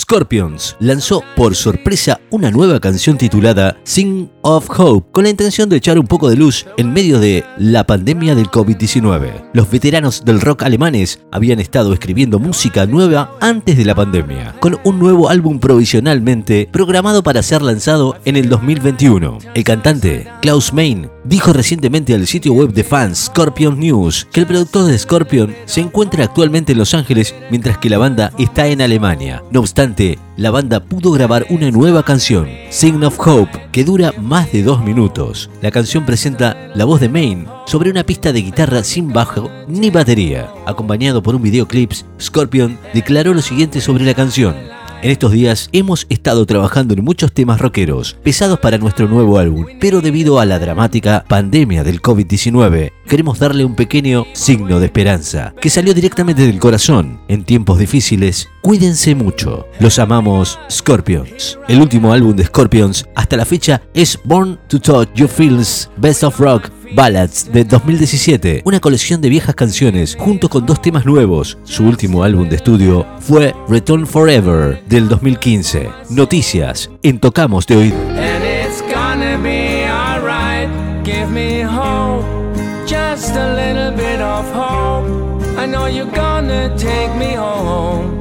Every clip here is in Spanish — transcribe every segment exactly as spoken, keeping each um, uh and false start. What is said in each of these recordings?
Scorpions lanzó por sorpresa una nueva canción titulada Sing of Hope, con la intención de echar un poco de luz en medio de la pandemia del COVID diecinueve. Los veteranos del rock alemanes habían estado escribiendo música nueva antes de la pandemia, con un nuevo álbum provisionalmente programado para ser lanzado en el dos mil veintiuno. El cantante Klaus Meine dijo recientemente al sitio web de fans Scorpion News que el productor de Scorpion se encuentra actualmente en Los Ángeles mientras que la banda está en Alemania. No obstante, la banda pudo grabar una nueva canción, Sing of Hope, que dura más de dos minutos. La canción presenta la voz de Meine sobre una pista de guitarra sin bajo ni batería. Acompañado por un videoclip, Scorpion declaró lo siguiente sobre la canción: en estos días hemos estado trabajando en muchos temas rockeros, pesados para nuestro nuevo álbum, pero debido a la dramática pandemia del COVID diecinueve, queremos darle un pequeño signo de esperanza, que salió directamente del corazón. En tiempos difíciles, cuídense mucho. Los amamos, Scorpions. El último álbum de Scorpions hasta la fecha es Born to Touch Your Feels Best of Rock Ballads de dos mil diecisiete, una colección de viejas canciones junto con dos temas nuevos. Su último álbum de estudio fue Return Forever del dos mil quince. Noticias en Tocamos de Oído. And it's gonna be alright. Give me hope, just a little bit of hope. I know you're gonna take me home,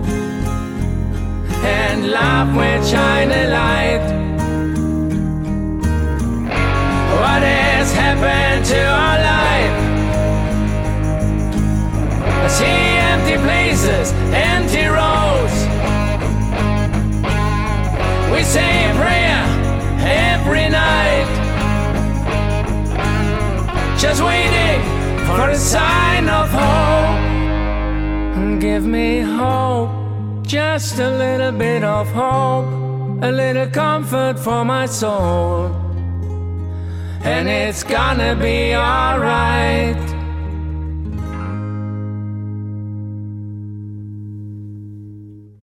and love will shine a light. What has happened to our life? I see empty places, empty roads. We say a prayer every night, just waiting for a sign of hope. Give me hope, just a little bit of hope, a little comfort for my soul. And it's gonna be alright.